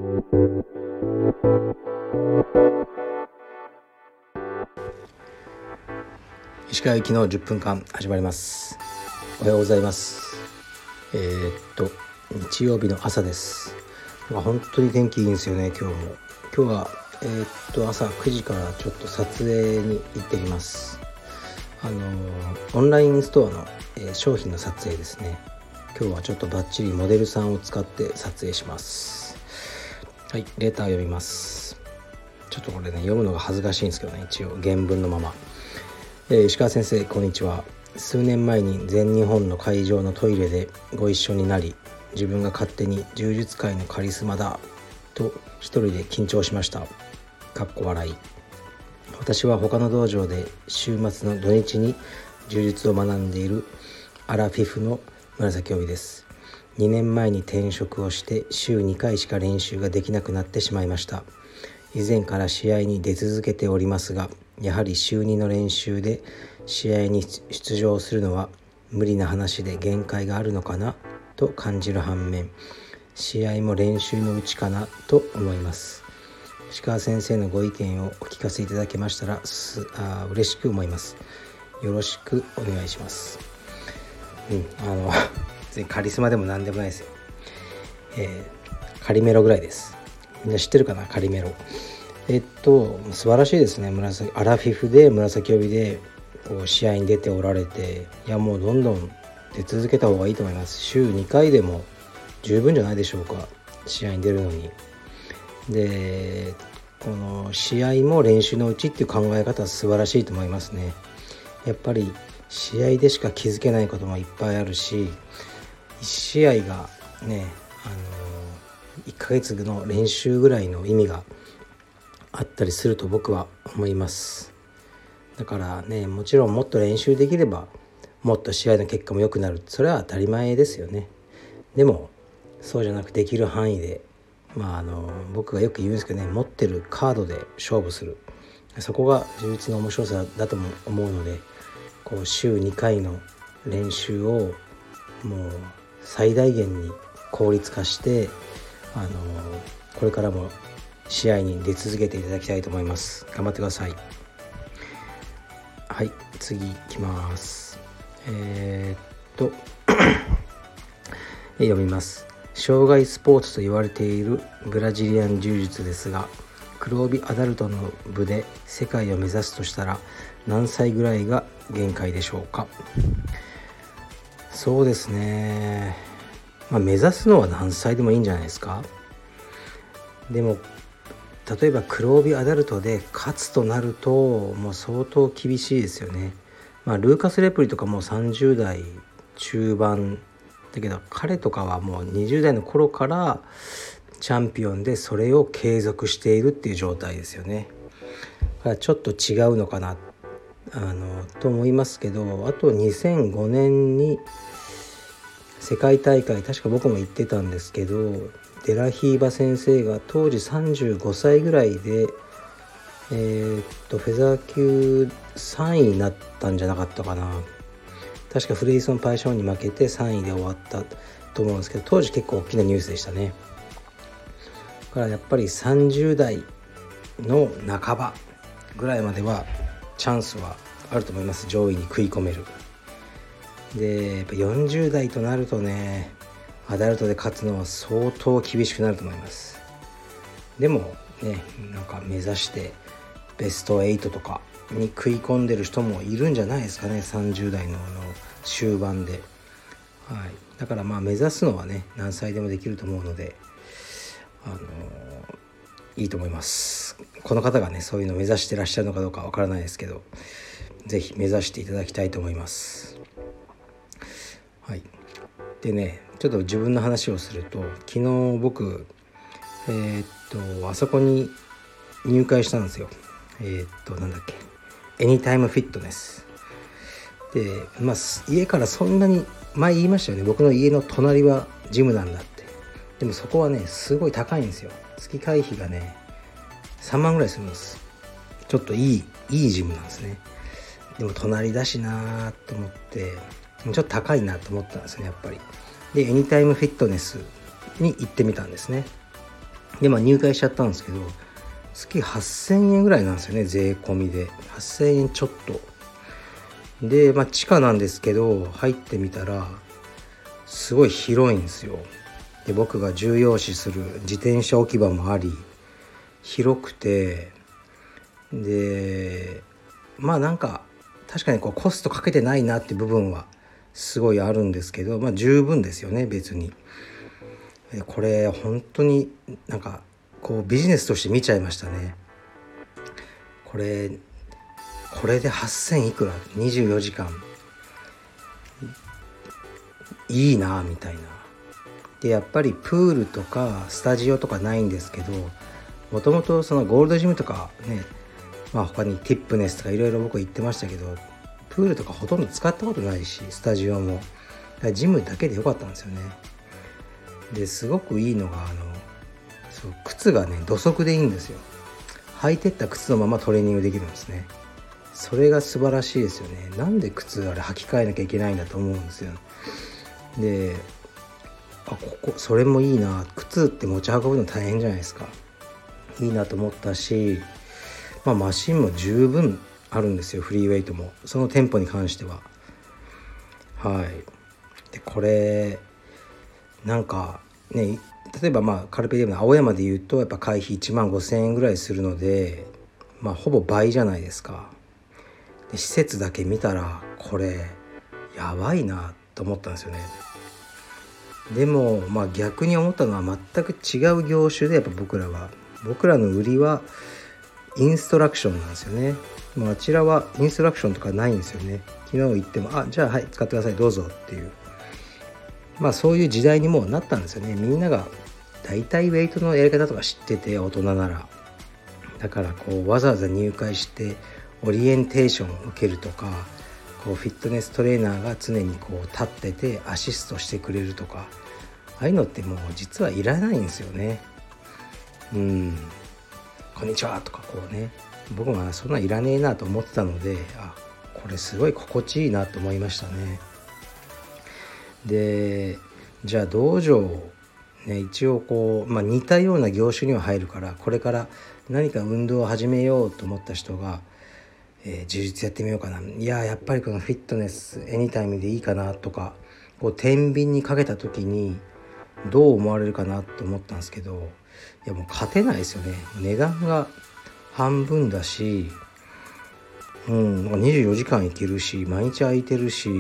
石川行きの10分間始まります。おはようございます。日曜日の朝です。本当に天気いいんですよね。今日は朝9時からちょっと撮影に行っています。オンラインストアの、商品の撮影ですね。今日はちょっとバッチリモデルさんを使って撮影します。はい、レター読みます。ちょっとこれね、読むのが恥ずかしいんですけどね、一応原文のまま。石川先生、こんにちは。数年前に全日本の会場のトイレでご一緒になり、自分が勝手に柔術界のカリスマだと一人で緊張しました。かっこ笑い。私は他の道場で週末の土日に柔術を学んでいるアラフィフの紫帯です。2年前に転職をして週2回しか練習ができなくなってしまいました。以前から試合に出続けておりますが、やはり週2の練習で試合に出場するのは無理な話で限界があるのかなと感じる反面、試合も練習のうちかなと思います。石川先生のご意見をお聞かせいただけましたら嬉しく思います。よろしくお願いします。別にカリスマでも何でもないですよ。カリメロぐらいです。みんな知ってるかな、カリメロ。素晴らしいですね。アラフィフで紫帯でこう試合に出ておられて、いやもうどんどん出続けた方がいいと思います。週2回でも十分じゃないでしょうか、試合に出るのに。で、この試合も練習のうちっていう考え方は素晴らしいと思いますね。やっぱり試合でしか気づけないこともいっぱいあるし、1試合がね、1ヶ月の練習ぐらいの意味があったりすると僕は思います。だからね、もちろんもっと練習できればもっと試合の結果も良くなる、それは当たり前ですよね。でもそうじゃなくできる範囲で、僕がよく言うんですけどね、持ってるカードで勝負する、そこが柔術の面白さだとも思うので、こう週2回の練習をもう最大限に効率化して、これからも試合に出続けていただきたいと思います。頑張ってください。はい、次いきます。読みます。障害スポーツと言われているブラジリアン柔術ですが、黒帯アダルトの部で世界を目指すとしたら何歳ぐらいが限界でしょうか。そうですね、目指すのは何歳でもいいんじゃないですか。でも例えば黒帯アダルトで勝つとなるともう相当厳しいですよね。ルーカス・レプリとかもう30代中盤だけど、彼とかはもう20代の頃からチャンピオンでそれを継続しているっていう状態ですよね。だからちょっと違うのかなと思いますけど、あと2005年に世界大会、確か僕も行ってたんですけど、デラヒーバ先生が当時35歳ぐらいでフェザー級3位になったんじゃなかったかな。確かフレイソン・パイションに負けて3位で終わったと思うんですけど、当時結構大きなニュースでしたね。だからやっぱり30代の半ばぐらいまではチャンスはあると思います。上位に食い込める。でやっぱ40代となるとね、アダルトで勝つのは相当厳しくなると思います。でもね、目指してベスト8とかに食い込んでる人もいるんじゃないですかね、30代の終盤で。だから目指すのはね、何歳でもできると思うので、いいと思います。この方がね、そういうのを目指してらっしゃるのかどうかわからないですけど、ぜひ目指していただきたいと思います。でね、ちょっと自分の話をすると、昨日僕あそこに入会したんですよ。なんだっけ、エニタイムフィットネスで、家からそんなに、前言いましたよね、僕の家の隣はジムなんだって。でもそこはね、すごい高いんですよ。月会費がね3万ぐらいするんです。ちょっといいジムなんですね。でも隣だしなと思って、ちょっと高いなと思ったんですね、やっぱり。でエニタイムフィットネスに行ってみたんですね。 で入会しちゃったんですけど、月8000円ぐらいなんですよね、税込みで8000円ちょっとで、地下なんですけど、入ってみたらすごい広いんですよ。で僕が重要視する自転車置き場もあり、広くて、でなんか確かにコストかけてないなっていう部分はすごいあるんですけど、十分ですよね別に。これ本当になんかビジネスとして見ちゃいましたね。これで8000いくら、24時間いいなみたいな。でやっぱりプールとかスタジオとかないんですけど、もともとそのゴールドジムとかね、他にティップネスとかいろいろ僕言ってましたけど、プールとかほとんど使ったことないし、スタジオもだからジムだけでよかったんですよね。ですごくいいのがそう靴がね土足でいいんですよ。履いてった靴のままトレーニングできるんですね。それが素晴らしいですよね。なんで靴あれ履き替えなきゃいけないんだと思うんですよ。でそれもいいな。靴って持ち運ぶの大変じゃないですか。いいなと思ったし、マシンも十分あるんですよ、フリーウェイトもその店舗に関しては。でこれなんかね、例えばカルペディウムの青山で言うとやっぱ会費1万5000円ぐらいするので、ほぼ倍じゃないですか。で施設だけ見たらこれやばいなと思ったんですよね。でも逆に思ったのは全く違う業種で、やっぱ僕らの売りはインストラクションなんですよね。あちらはインストラクションとかないんですよね。昨日言ってもじゃあはい使ってくださいどうぞっていう、そういう時代にもうなったんですよね。みんながだいたいウェイトのやり方とか知ってて、大人なら。だからわざわざ入会してオリエンテーションを受けるとか、フィットネストレーナーが常に立っててアシストしてくれるとか、ああいうのってもう実はいらないんですよね。こんにちはとか僕もそんなんいらねえなと思ってたので、これすごい心地いいなと思いましたね。でじゃあ道場一応似たような業種には入るから、これから何か運動を始めようと思った人が、充実やってみようかな、やっぱりこのフィットネスエニタイムでいいかなとか天秤にかけた時にどう思われるかなと思ったんですけど、もう勝てないですよね。値段が半分だし、24時間行けるし、毎日空いてるし、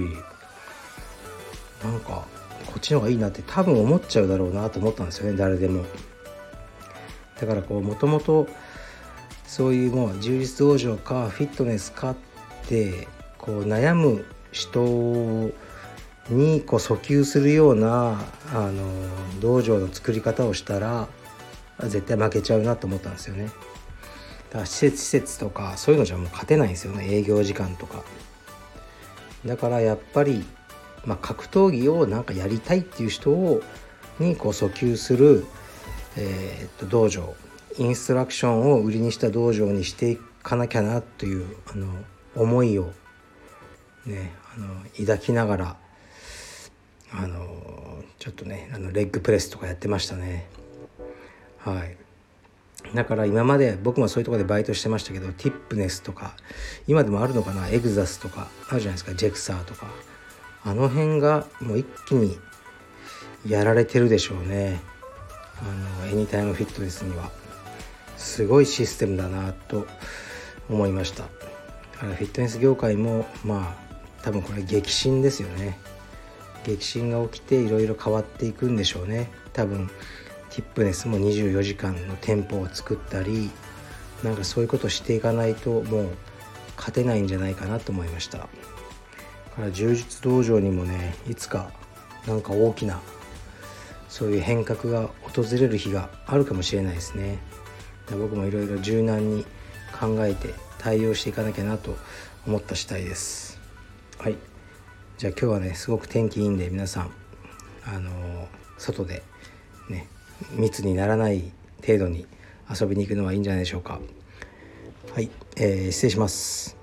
こっちの方がいいなって多分思っちゃうだろうなと思ったんですよね、誰でも。だからもともとそういうもう充実道場かフィットネスかって悩む人に訴求するような道場の作り方をしたら絶対負けちゃうなと思ったんですよね。だから施設とかそういうのじゃもう勝てないんですよね、営業時間とか。だからやっぱり格闘技をやりたいっていう人に訴求する、道場、インストラクションを売りにした道場にしていかなきゃなという思いをね抱きながらちょっとねレッグプレスとかやってましたね。だから今まで僕もそういうところでバイトしてましたけど、ティップネスとか今でもあるのかな、エグザスとかあるじゃないですか、ジェクサーとか、あの辺がもう一気にやられてるでしょうね。エニタイムフィットネスにはすごいシステムだなと思いました。フィットネス業界も多分これ激震ですよね。激震が起きていろいろ変わっていくんでしょうね。多分ティップネスも24時間の店舗を作ったりそういうことをしていかないともう勝てないんじゃないかなと思いました。だから柔術道場にもねいつか大きなそういう変革が訪れる日があるかもしれないですね。僕もいろいろ柔軟に考えて対応していかなきゃなと思った次第です。じゃあ今日はねすごく天気いいんで、皆さん外でね密にならない程度に遊びに行くのはいいんじゃないでしょうか。失礼します。